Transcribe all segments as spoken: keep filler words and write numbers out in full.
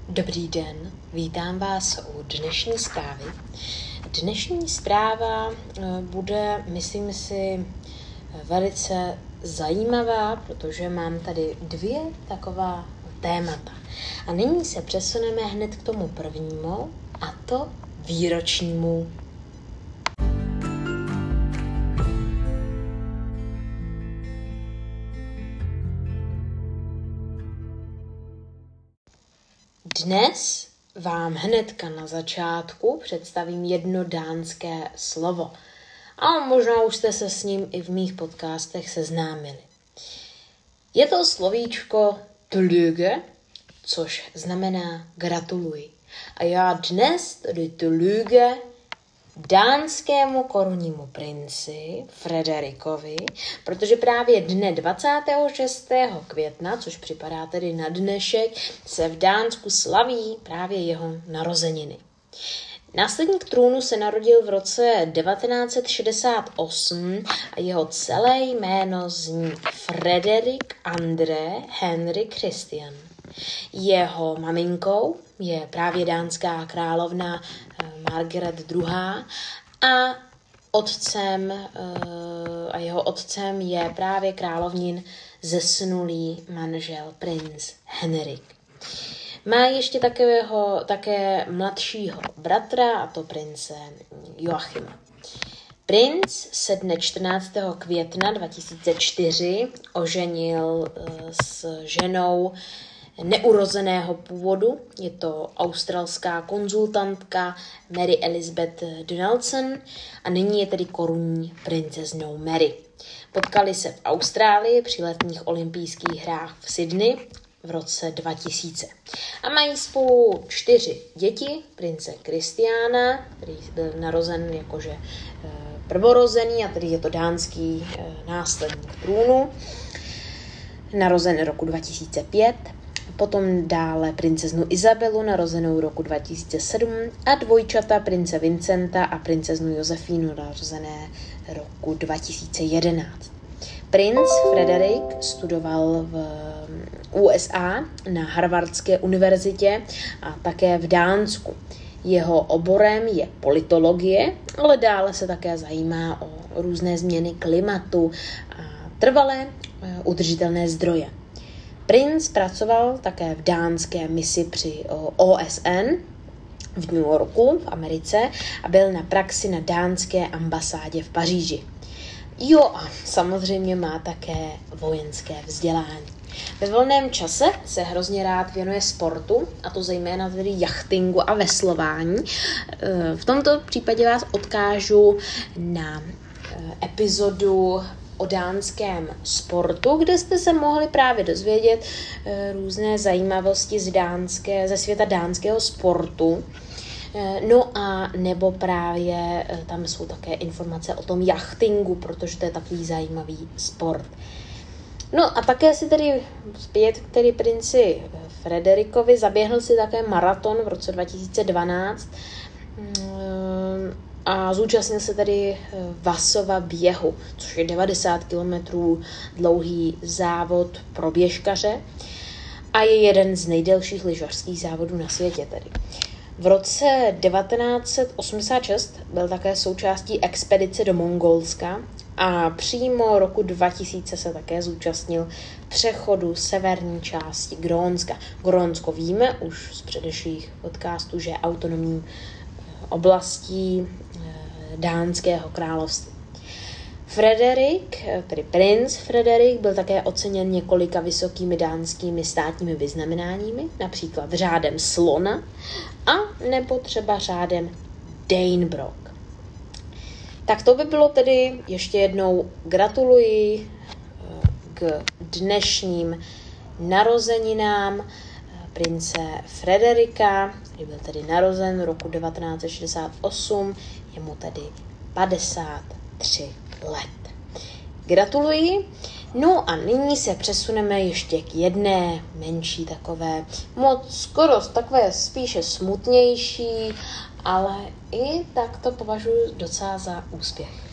Dobrý den, vítám vás u dnešní zprávy. Dnešní zpráva bude, myslím si, velice zajímavá, protože mám tady dvě taková témata. A nyní se přesuneme hned k tomu prvnímu, a to výročnímu. Dnes vám hnedka na začátku představím jedno dánské slovo. A možná už jste se s ním i v mých podcastech seznámili. Je to slovíčko tillykke, což znamená gratuluji. A já dnes tedy tillykke dánskému korunnímu princi Frederikovi, protože právě dne dvacátého šestého května, což připadá tedy na dnešek, se v Dánsku slaví právě jeho narozeniny. Následník trůnu se narodil v roce devatenáct set šedesát osm a jeho celé jméno zní Frederik André Henrik Christian. Jeho maminkou je právě dánská královna Margaret druhá. a otcem a jeho otcem je právě královnin zesnulý manžel princ Henrik. Má ještě takového, také mladšího bratra, a to prince Joachima. Princ se dne čtrnáctého května dva tisíce čtyři oženil s ženou neurozeného původu. Je to australská konzultantka Mary Elizabeth Donaldson a nyní je tedy korunní princeznou Mary. Potkali se v Austrálii při letních olympijských hrách v Sydney v roce dva tisíce. A mají spolu čtyři děti, prince Kristiána, který byl narozen jakože prvorozený, a tedy je to dánský následník trůnu, narozen roku dva tisíce pět, potom dále princeznu Izabelu, narozenou roku dva tisíce sedm, a dvojčata prince Vincenta a princeznu Josefínu, narozené roku dva tisíce jedenáct. Princ Frederik studoval v U S A na Harvardské univerzitě a také v Dánsku. Jeho oborem je politologie, ale dále se také zajímá o různé změny klimatu a trvalé udržitelné zdroje. Princ pracoval také v dánské misi při O S N v New Yorku v Americe a byl na praxi na dánské ambasádě v Paříži. Jo, a samozřejmě má také vojenské vzdělání. Ve volném čase se hrozně rád věnuje sportu, a to zejména tedy jachtingu a veslování. V tomto případě vás odkážu na epizodu o dánském sportu, kde jste se mohli právě dozvědět různé zajímavosti z dánské, ze světa dánského sportu. No a nebo právě tam jsou také informace o tom jachtingu, protože to je takový zajímavý sport. No a také si tedy zpět k tedy princi Frederikovi, zaběhl si také maraton v roce dva tisíce dvanáct a zúčastnil se tedy Vasova běhu, což je devadesát kilometrů dlouhý závod pro běžkaře a je jeden z nejdelších lyžařských závodů na světě tedy. V roce devatenáct set osmdesát šest byl také součástí expedice do Mongolska a přímo roku dva tisíce se také zúčastnil přechodu severní části Grónska. Grónsko víme už z předešlých podcastů, že je autonomní oblastí dánského království. Frederik, tedy princ Frederik, byl také oceněn několika vysokými dánskými státními vyznamenáními, například řádem slona a nebo třeba řádem Danebrock. Tak to by bylo tedy, ještě jednou gratuluji k dnešním narozeninám prince Frederika, který byl tedy narozen roku devatenáct set šedesát osm, je mu tedy padesát tři let. Gratuluji. No a nyní se přesuneme ještě k jedné menší takové, moc skoro takové spíše smutnější, ale i tak to považuji docela za úspěch.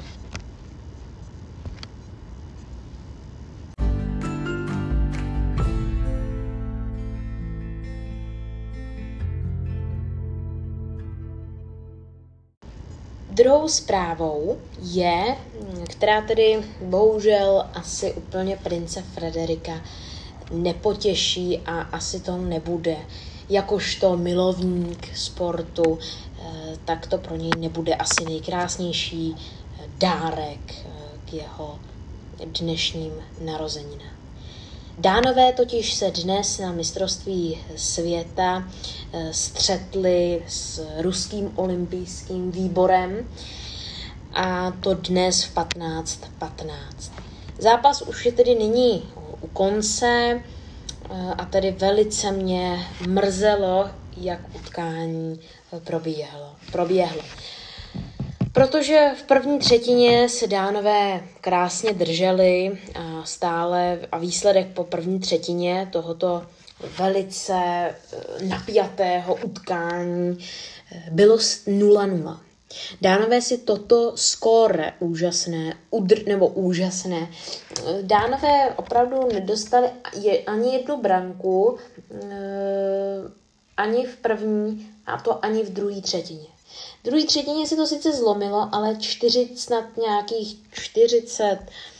Druhou zprávou je, která tedy bohužel asi úplně prince Frederika nepotěší a asi to nebude. Jakožto milovník sportu, tak to pro něj nebude asi nejkrásnější dárek k jeho dnešním narozeninám. Dánové totiž se dnes na mistrovství světa střetli s ruským olympijským výborem, a to dnes v patnáct patnáct. Zápas už je tedy nyní u konce a tedy velice mě mrzelo, jak utkání probíhalo. proběhlo. Protože v první třetině se Dánové krásně drželi a stále a výsledek po první třetině tohoto velice napjatého utkání bylo nula nula. Dánové si toto skóre úžasné, udr, nebo úžasné, Dánové opravdu nedostali je, ani jednu branku, ani v první, a to ani v druhé třetině. V druhé třetině se to sice zlomilo, ale čtyři, snad nějakých čtyřicet,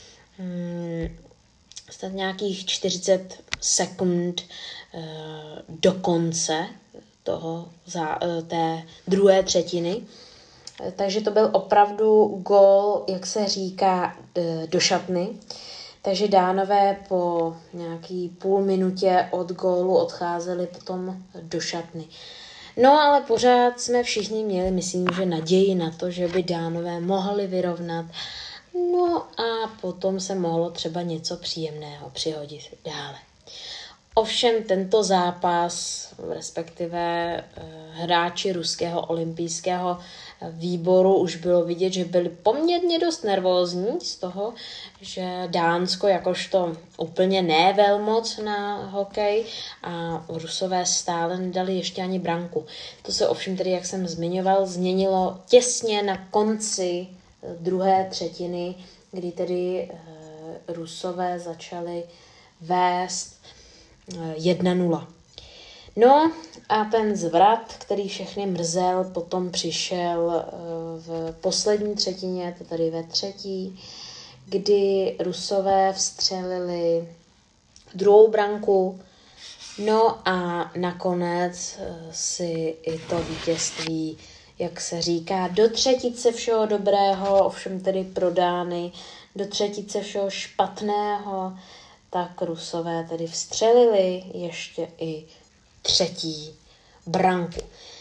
hmm, snad nějakých čtyřicet sekund uh, do konce toho, za, uh, té druhé třetiny. Takže to byl opravdu gól, jak se říká, do šatny. Takže Dánové po nějaký půl minutě od gólu odcházeli potom do šatny. No ale pořád jsme všichni měli, myslím, že naději na to, že by Dánové mohli vyrovnat. No a potom se mohlo třeba něco příjemného přihodit dále. Ovšem tento zápas, respektive hráči ruského olympijského výboru už bylo vidět, že byli poměrně dost nervózní z toho, že Dánsko jakožto úplně ne velmoc na hokej a Rusové stále nedali ještě ani branku. To se ovšem tedy, jak jsem zmiňoval, změnilo těsně na konci druhé třetiny, kdy tedy Rusové začali vést jedna nula. No a ten zvrat, který všechny mrzel, potom přišel v poslední třetině, to tady ve třetí, kdy Rusové vstřelili druhou branku, no a nakonec si i to vítězství, jak se říká, do třetice všeho dobrého, ovšem tedy prodány, do třetice všeho špatného, tak Rusové tedy vstřelili ještě i třetí branku.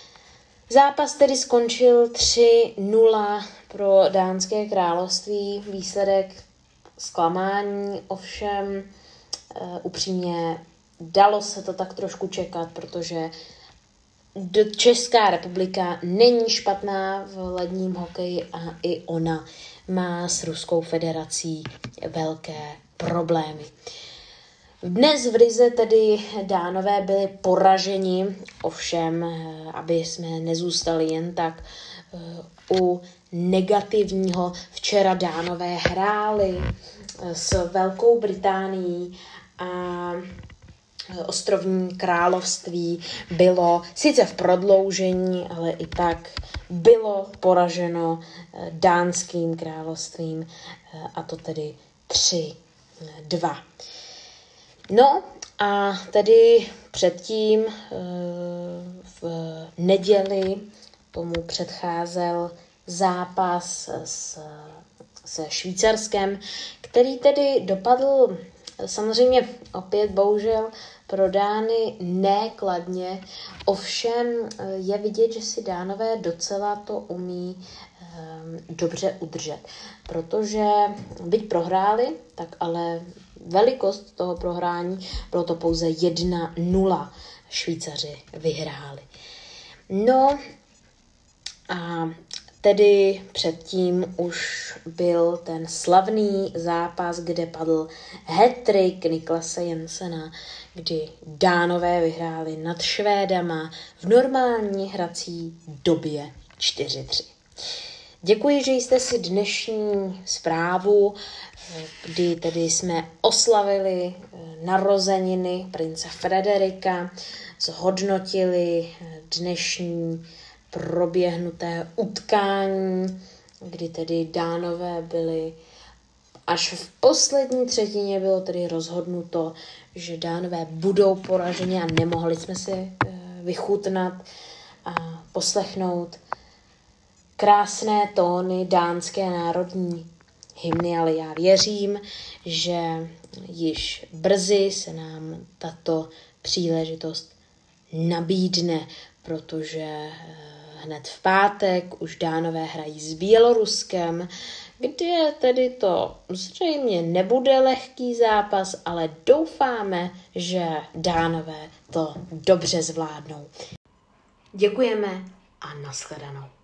Zápas tedy skončil tři nula pro Dánské království. Výsledek zklamání, ovšem uh, upřímně dalo se to tak trošku čekat, protože Česká republika není špatná v ledním hokeji a i ona má s Ruskou federací velké problémy. Dnes v Rize tedy Dánové byli poraženi, ovšem, aby jsme nezůstali jen tak u negativního. Včera Dánové hráli s Velkou Británií a ostrovní království bylo sice v prodloužení, ale i tak bylo poraženo Dánským královstvím, a to tedy tři dva. No a tedy předtím v neděli tomu předcházel zápas s, se Švýcarskem, který tedy dopadl samozřejmě opět bohužel pro Dány nekladně, ovšem je vidět, že si Dánové docela to umí um, dobře udržet, protože byť prohráli, tak ale velikost toho prohrání bylo to pouze jedna nula. Švýcaři vyhráli. No a tedy předtím už byl ten slavný zápas, kde padl hat-trick Niklase Jensena, kdy Dánové vyhráli nad Švédama v normální hrací době čtyři tři. Děkuji, že jste si dnešní zprávu, kdy tedy jsme oslavili narozeniny prince Frederika, zhodnotili dnešní proběhnuté utkání, kdy tedy Dánové byli, až v poslední třetině bylo tedy rozhodnuto, že Dánové budou poraženi a nemohli jsme si vychutnat a poslechnout krásné tóny dánské národní hymny, ale já věřím, že již brzy se nám tato příležitost nabídne, protože hned v pátek už Dánové hrají s Běloruskem, kde tedy to zřejmě nebude lehký zápas, ale doufáme, že Dánové to dobře zvládnou. Děkujeme a nashledanou.